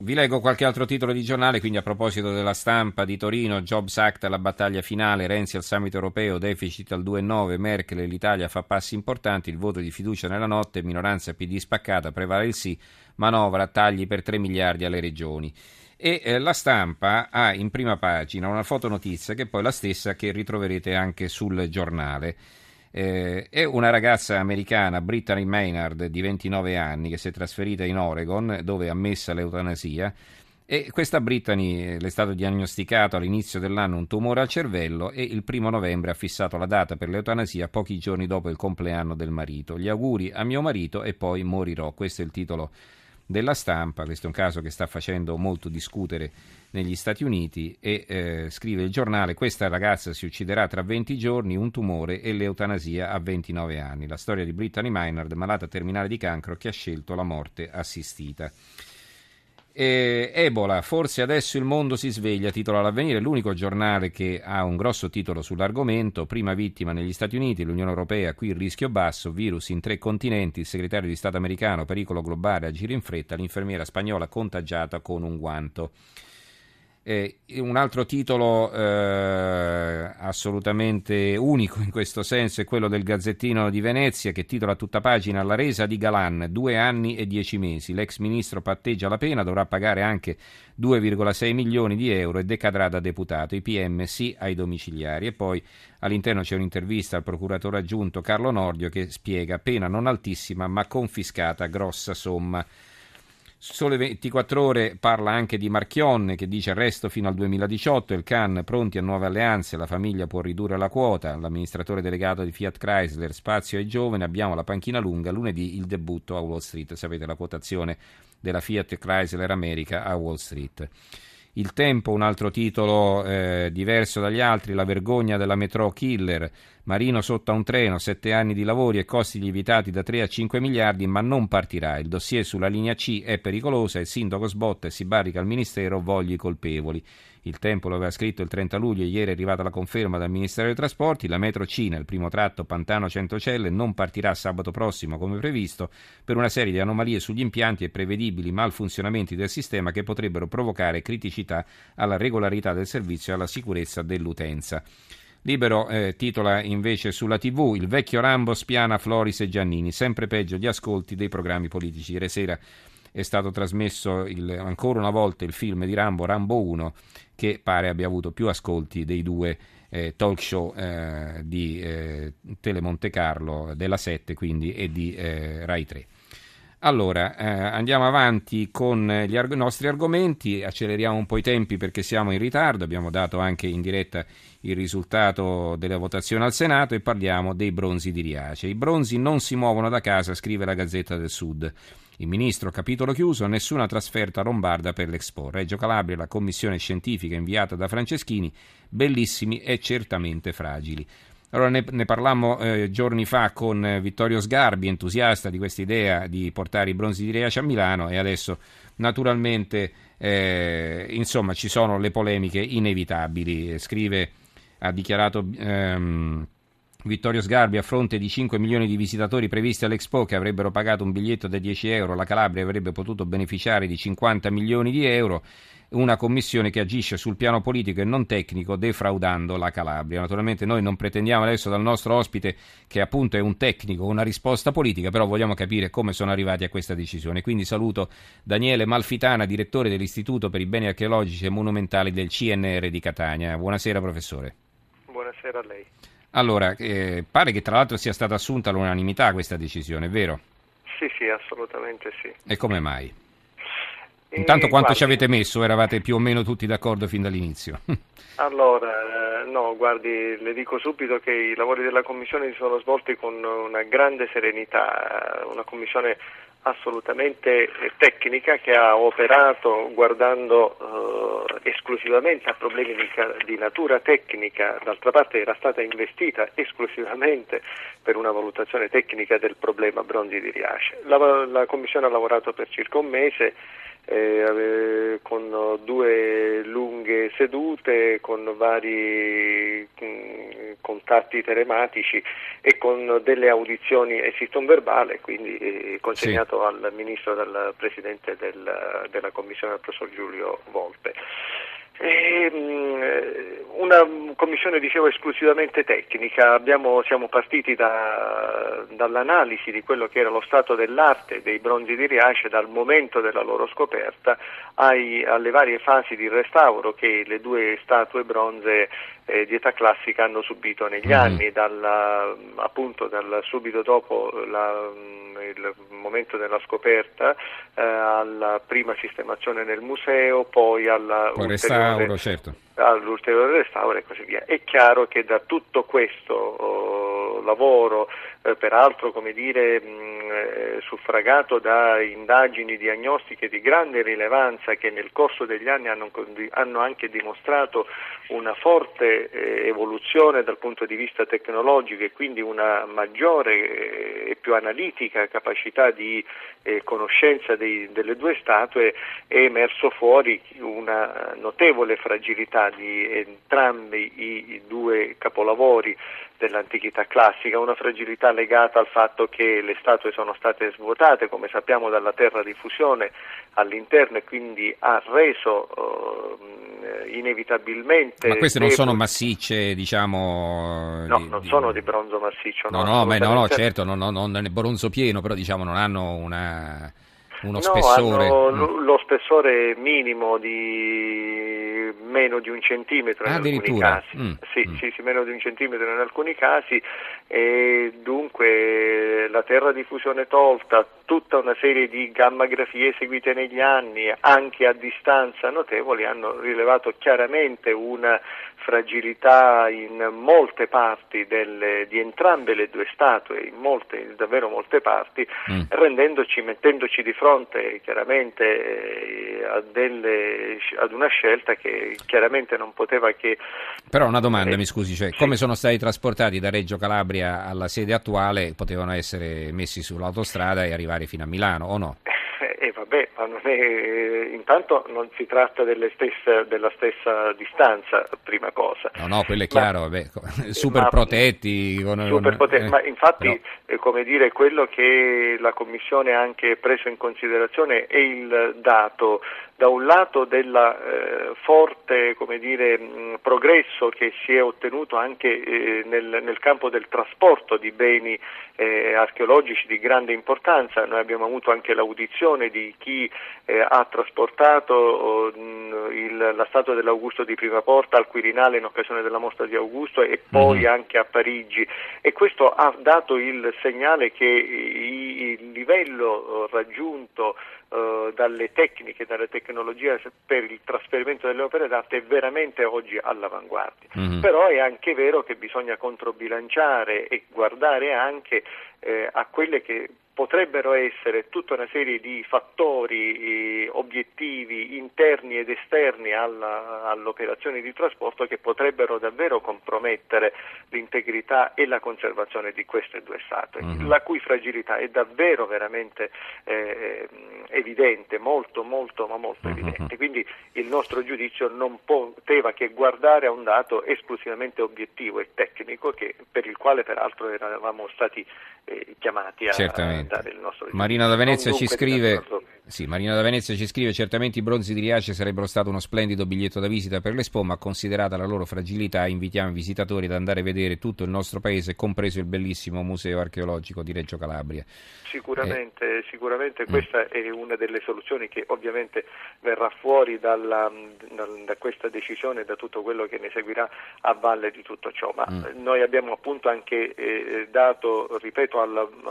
Vi leggo qualche altro titolo di giornale, quindi a proposito della Stampa di Torino, Jobs Act alla battaglia finale, Renzi al summit europeo, deficit al 2,9, Merkel e l'Italia fa passi importanti, il voto di fiducia nella notte, minoranza PD spaccata, prevale il sì, manovra, tagli per 3 miliardi alle regioni. E la Stampa ha in prima pagina una fotonotizia che è poi la stessa che ritroverete anche sul giornale. È una ragazza americana, Brittany Maynard, di 29 anni, che si è trasferita in Oregon, dove è ammessa l'eutanasia. E questa Brittany le è stato diagnosticato all'inizio dell'anno un tumore al cervello e il 1° novembre ha fissato la data per l'eutanasia pochi giorni dopo il compleanno del marito. Gli auguri a mio marito e poi morirò. Questo è il titolo della Stampa. Questo è un caso che sta facendo molto discutere negli Stati Uniti e scrive il giornale: questa ragazza si ucciderà tra 20 giorni, un tumore e l'eutanasia a 29 anni. La storia di Brittany Maynard, malata terminale di cancro che ha scelto la morte assistita. Ebola, forse adesso il mondo si sveglia, titola l'Avvenire, l'unico giornale che ha un grosso titolo sull'argomento. Prima vittima negli Stati Uniti, l'Unione Europea, qui il rischio basso, virus in 3 continenti, il segretario di Stato americano, pericolo globale, agire in fretta, l'infermiera spagnola contagiata con un guanto. Un altro titolo assolutamente unico in questo senso è quello del Gazzettino di Venezia, che titola a tutta pagina: la resa di Galan, 2 anni e 10 mesi, l'ex ministro patteggia la pena, dovrà pagare anche 2,6 milioni di euro e decadrà da deputato, i PM sì ai domiciliari. E poi all'interno c'è un'intervista al procuratore aggiunto Carlo Nordio che spiega: pena non altissima ma confiscata grossa somma. Sole 24 Ore parla anche di Marchionne, che dice arresto fino al 2018, il CAN pronti a nuove alleanze, la famiglia può ridurre la quota, l'amministratore delegato di Fiat Chrysler, spazio ai giovani, abbiamo la panchina lunga, lunedì il debutto a Wall Street, sapete la quotazione della Fiat Chrysler America a Wall Street. Il Tempo, un altro titolo diverso dagli altri, la vergogna della metro killer, Marino sotto a un treno, 7 anni di lavori e costi lievitati da 3 a 5 miliardi, ma non partirà, il dossier sulla linea C è pericolosa, il sindaco sbotta e si barrica al ministero, voglia i colpevoli. Il Tempo lo aveva scritto il 30 luglio, ieri è arrivata la conferma dal Ministero dei Trasporti, la metro C nel primo tratto Pantano-Centocelle non partirà sabato prossimo come previsto per una serie di anomalie sugli impianti e prevedibili malfunzionamenti del sistema che potrebbero provocare criticità alla regolarità del servizio e alla sicurezza dell'utenza. Libero titola invece sulla TV: il vecchio Rambo spiana Floris e Giannini, sempre peggio gli ascolti dei programmi politici. Ieri sera è stato trasmesso ancora una volta il film di Rambo, Rambo 1, che pare abbia avuto più ascolti dei 2 talk show di Telemonte Carlo, della 7 quindi, e di Rai 3. Allora, andiamo avanti con i nostri argomenti, acceleriamo un po' i tempi perché siamo in ritardo, abbiamo dato anche in diretta il risultato della votazione al Senato e parliamo dei bronzi di Riace. I bronzi non si muovono da casa, scrive la Gazzetta del Sud. Il ministro, capitolo chiuso, nessuna trasferta lombarda per l'Expo. Reggio Calabria, la commissione scientifica inviata da Franceschini, bellissimi e certamente fragili. Allora ne parlammo giorni fa con Vittorio Sgarbi, entusiasta di questa idea di portare i bronzi di Riace a Milano, e adesso naturalmente insomma ci sono le polemiche inevitabili. Ha dichiarato Vittorio Sgarbi: a fronte di 5 milioni di visitatori previsti all'Expo che avrebbero pagato un biglietto da 10 euro, la Calabria avrebbe potuto beneficiare di 50 milioni di euro. Una commissione che agisce sul piano politico e non tecnico, defraudando la Calabria. Naturalmente noi non pretendiamo adesso dal nostro ospite, che appunto è un tecnico, una risposta politica, però vogliamo capire come sono arrivati a questa decisione. Quindi saluto Daniele Malfitana, direttore dell'Istituto per i Beni Archeologici e Monumentali del CNR di Catania. Buonasera professore. Buonasera a lei. Allora, pare che tra l'altro sia stata assunta all'unanimità questa decisione, vero? Sì, assolutamente sì. E come mai? Intanto quanto guardi, ci avete messo? Eravate più o meno tutti d'accordo fin dall'inizio? Allora, no, guardi, le dico subito che i lavori della Commissione si sono svolti con una grande serenità, una Commissione assolutamente tecnica che ha operato guardando esclusivamente a problemi di natura tecnica, d'altra parte era stata investita esclusivamente per una valutazione tecnica del problema bronzi di Riace. La Commissione ha lavorato per circa un mese, con 2 lunghe sedute, con vari contatti telematici e con delle audizioni. Esiste un verbale, quindi consegnato al Ministro, dal Presidente della Commissione, il professor Giulio Volpe. Una commissione, dicevo, esclusivamente tecnica. Siamo partiti dall'analisi di quello che era lo stato dell'arte dei bronzi di Riace dal momento della loro scoperta alle varie fasi di restauro che le 2 statue bronze di età classica hanno subito negli anni, appunto dal subito dopo il momento della scoperta, alla prima sistemazione nel museo, poi restauro, certo, all'ulteriore restauro e così via. È chiaro che da tutto questo lavoro, peraltro, come dire, suffragato da indagini diagnostiche di grande rilevanza che nel corso degli anni hanno anche dimostrato una forte evoluzione dal punto di vista tecnologico e quindi una maggiore e più analitica capacità di conoscenza delle 2 statue, è emerso fuori una notevole fragilità di entrambi i 2 capolavori dell'antichità classica, una fragilità legata al fatto che le statue sono state svuotate, come sappiamo, dalla terra di fusione all'interno, e quindi ha reso inevitabilmente... Ma queste non sono massicce, diciamo... No, non sono di bronzo massiccio. No, certo, non è bronzo pieno, però diciamo non hanno uno spessore. Hanno lo spessore minimo di meno di 1 centimetro in alcuni casi. Sì, meno di 1 centimetro in alcuni casi, e dunque la terra di fusione tolta, tutta una serie di gammagrafie eseguite negli anni, anche a distanza notevoli, hanno rilevato chiaramente una fragilità in molte parti di entrambe le 2 statue, in davvero molte parti, mettendoci di fronte chiaramente ad una scelta che chiaramente non poteva che... Però una domanda, mi scusi, cioè, come sono stati trasportati da Reggio Calabria alla sede attuale, potevano essere messi sull'autostrada e arrivare fino a Milano, o no? Vabbè, ma intanto non si tratta della stessa distanza, prima cosa. No, quello è chiaro, super protetti. Ma infatti, come dire, quello che la Commissione ha anche preso in considerazione è il dato, da un lato, della forte, come dire, progresso che si è ottenuto anche nel campo del trasporto di beni archeologici di grande importanza. Noi abbiamo avuto anche l'audizione di chi ha trasportato la statua dell'Augusto di Prima Porta al Quirinale in occasione della mostra di Augusto e poi anche a Parigi, e questo ha dato il segnale che il livello raggiunto dalle tecniche, dalle tecnologie per il trasferimento delle opere d'arte è veramente oggi all'avanguardia. Però è anche vero che bisogna controbilanciare e guardare anche a quelle che potrebbero essere tutta una serie di fattori obiettivi interni ed esterni all'operazione di trasporto che potrebbero davvero compromettere l'integrità e la conservazione di queste 2 statue, la cui fragilità è davvero veramente evidente, molto evidente. Quindi il nostro giudizio non poteva che guardare a un dato esclusivamente obiettivo e tecnico, per il quale peraltro eravamo stati chiamati a dare il nostro giudizio. Marina da Venezia ci scrive: certamente i bronzi di Riace sarebbero stato uno splendido biglietto da visita per l'Expo, ma considerata la loro fragilità invitiamo i visitatori ad andare a vedere tutto il nostro paese, compreso il bellissimo museo archeologico di Reggio Calabria. Sicuramente questa è una delle soluzioni che ovviamente verrà fuori da questa decisione e da tutto quello che ne seguirà a valle di tutto ciò, ma noi abbiamo appunto anche dato, ripeto,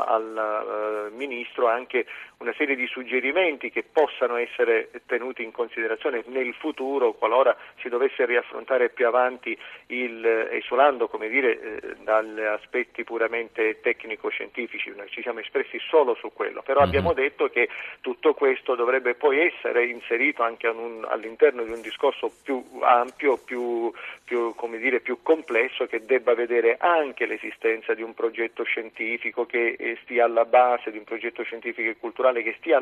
al Ministro anche una serie di suggerimenti che possano essere tenuti in considerazione nel futuro qualora si dovesse riaffrontare più avanti esulando, come dire, dagli aspetti puramente tecnico-scientifici. Noi ci siamo espressi solo su quello, però abbiamo detto che tutto questo dovrebbe poi essere inserito anche all'interno di un discorso più ampio, più complesso, che debba vedere anche l'esistenza di un progetto scientifico che stia alla base, di un progetto scientifico e culturale che stia alla base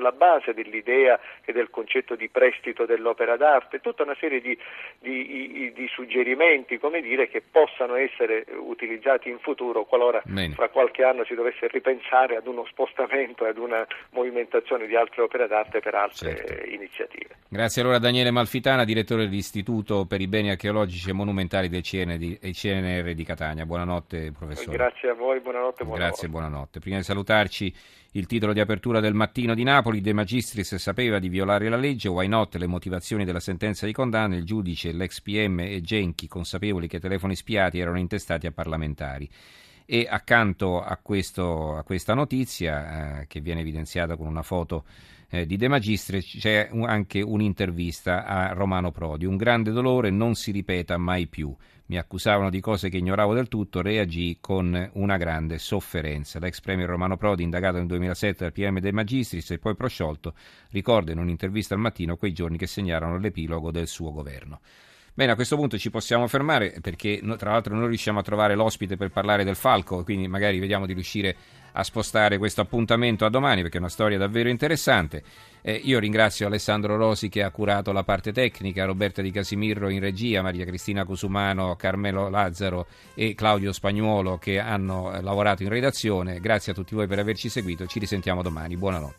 base dell'idea e del concetto di prestito dell'opera d'arte, tutta una serie di suggerimenti, come dire, che possano essere utilizzati in futuro qualora fra qualche anno si dovesse ripensare ad uno spostamento e ad una movimentazione di altre opere d'arte per altre iniziative. Grazie allora a Daniele Malfitana, direttore dell'Istituto per i Beni Archeologici e Monumentali del CNR di Catania. Buonanotte professore. Grazie a voi, buonanotte. Grazie, buonanotte. Prima di salutarci, il titolo di apertura del Mattino di Napoli: De Magistris sapeva di violare la legge, why not? Le motivazioni della sentenza di condanna, il giudice, l'ex PM e Genchi consapevoli che telefoni spiati erano intestati a parlamentari. E accanto a questa notizia, che viene evidenziata con una foto di De Magistris, c'è anche un'intervista a Romano Prodi. Un grande dolore, non si ripeta mai più. Mi accusavano di cose che ignoravo del tutto, reagì con una grande sofferenza. L'ex premier Romano Prodi, indagato nel 2007 dal PM De Magistris e poi prosciolto, ricorda in un'intervista al Mattino quei giorni che segnarono l'epilogo del suo governo. Bene, a questo punto ci possiamo fermare perché tra l'altro non riusciamo a trovare l'ospite per parlare del Falco, quindi magari vediamo di riuscire a spostare questo appuntamento a domani perché è una storia davvero interessante. Io ringrazio Alessandro Rosi che ha curato la parte tecnica, Roberta Di Casimirro in regia, Maria Cristina Cusumano, Carmelo Lazzaro e Claudio Spagnuolo che hanno lavorato in redazione. Grazie a tutti voi per averci seguito, ci risentiamo domani, buonanotte.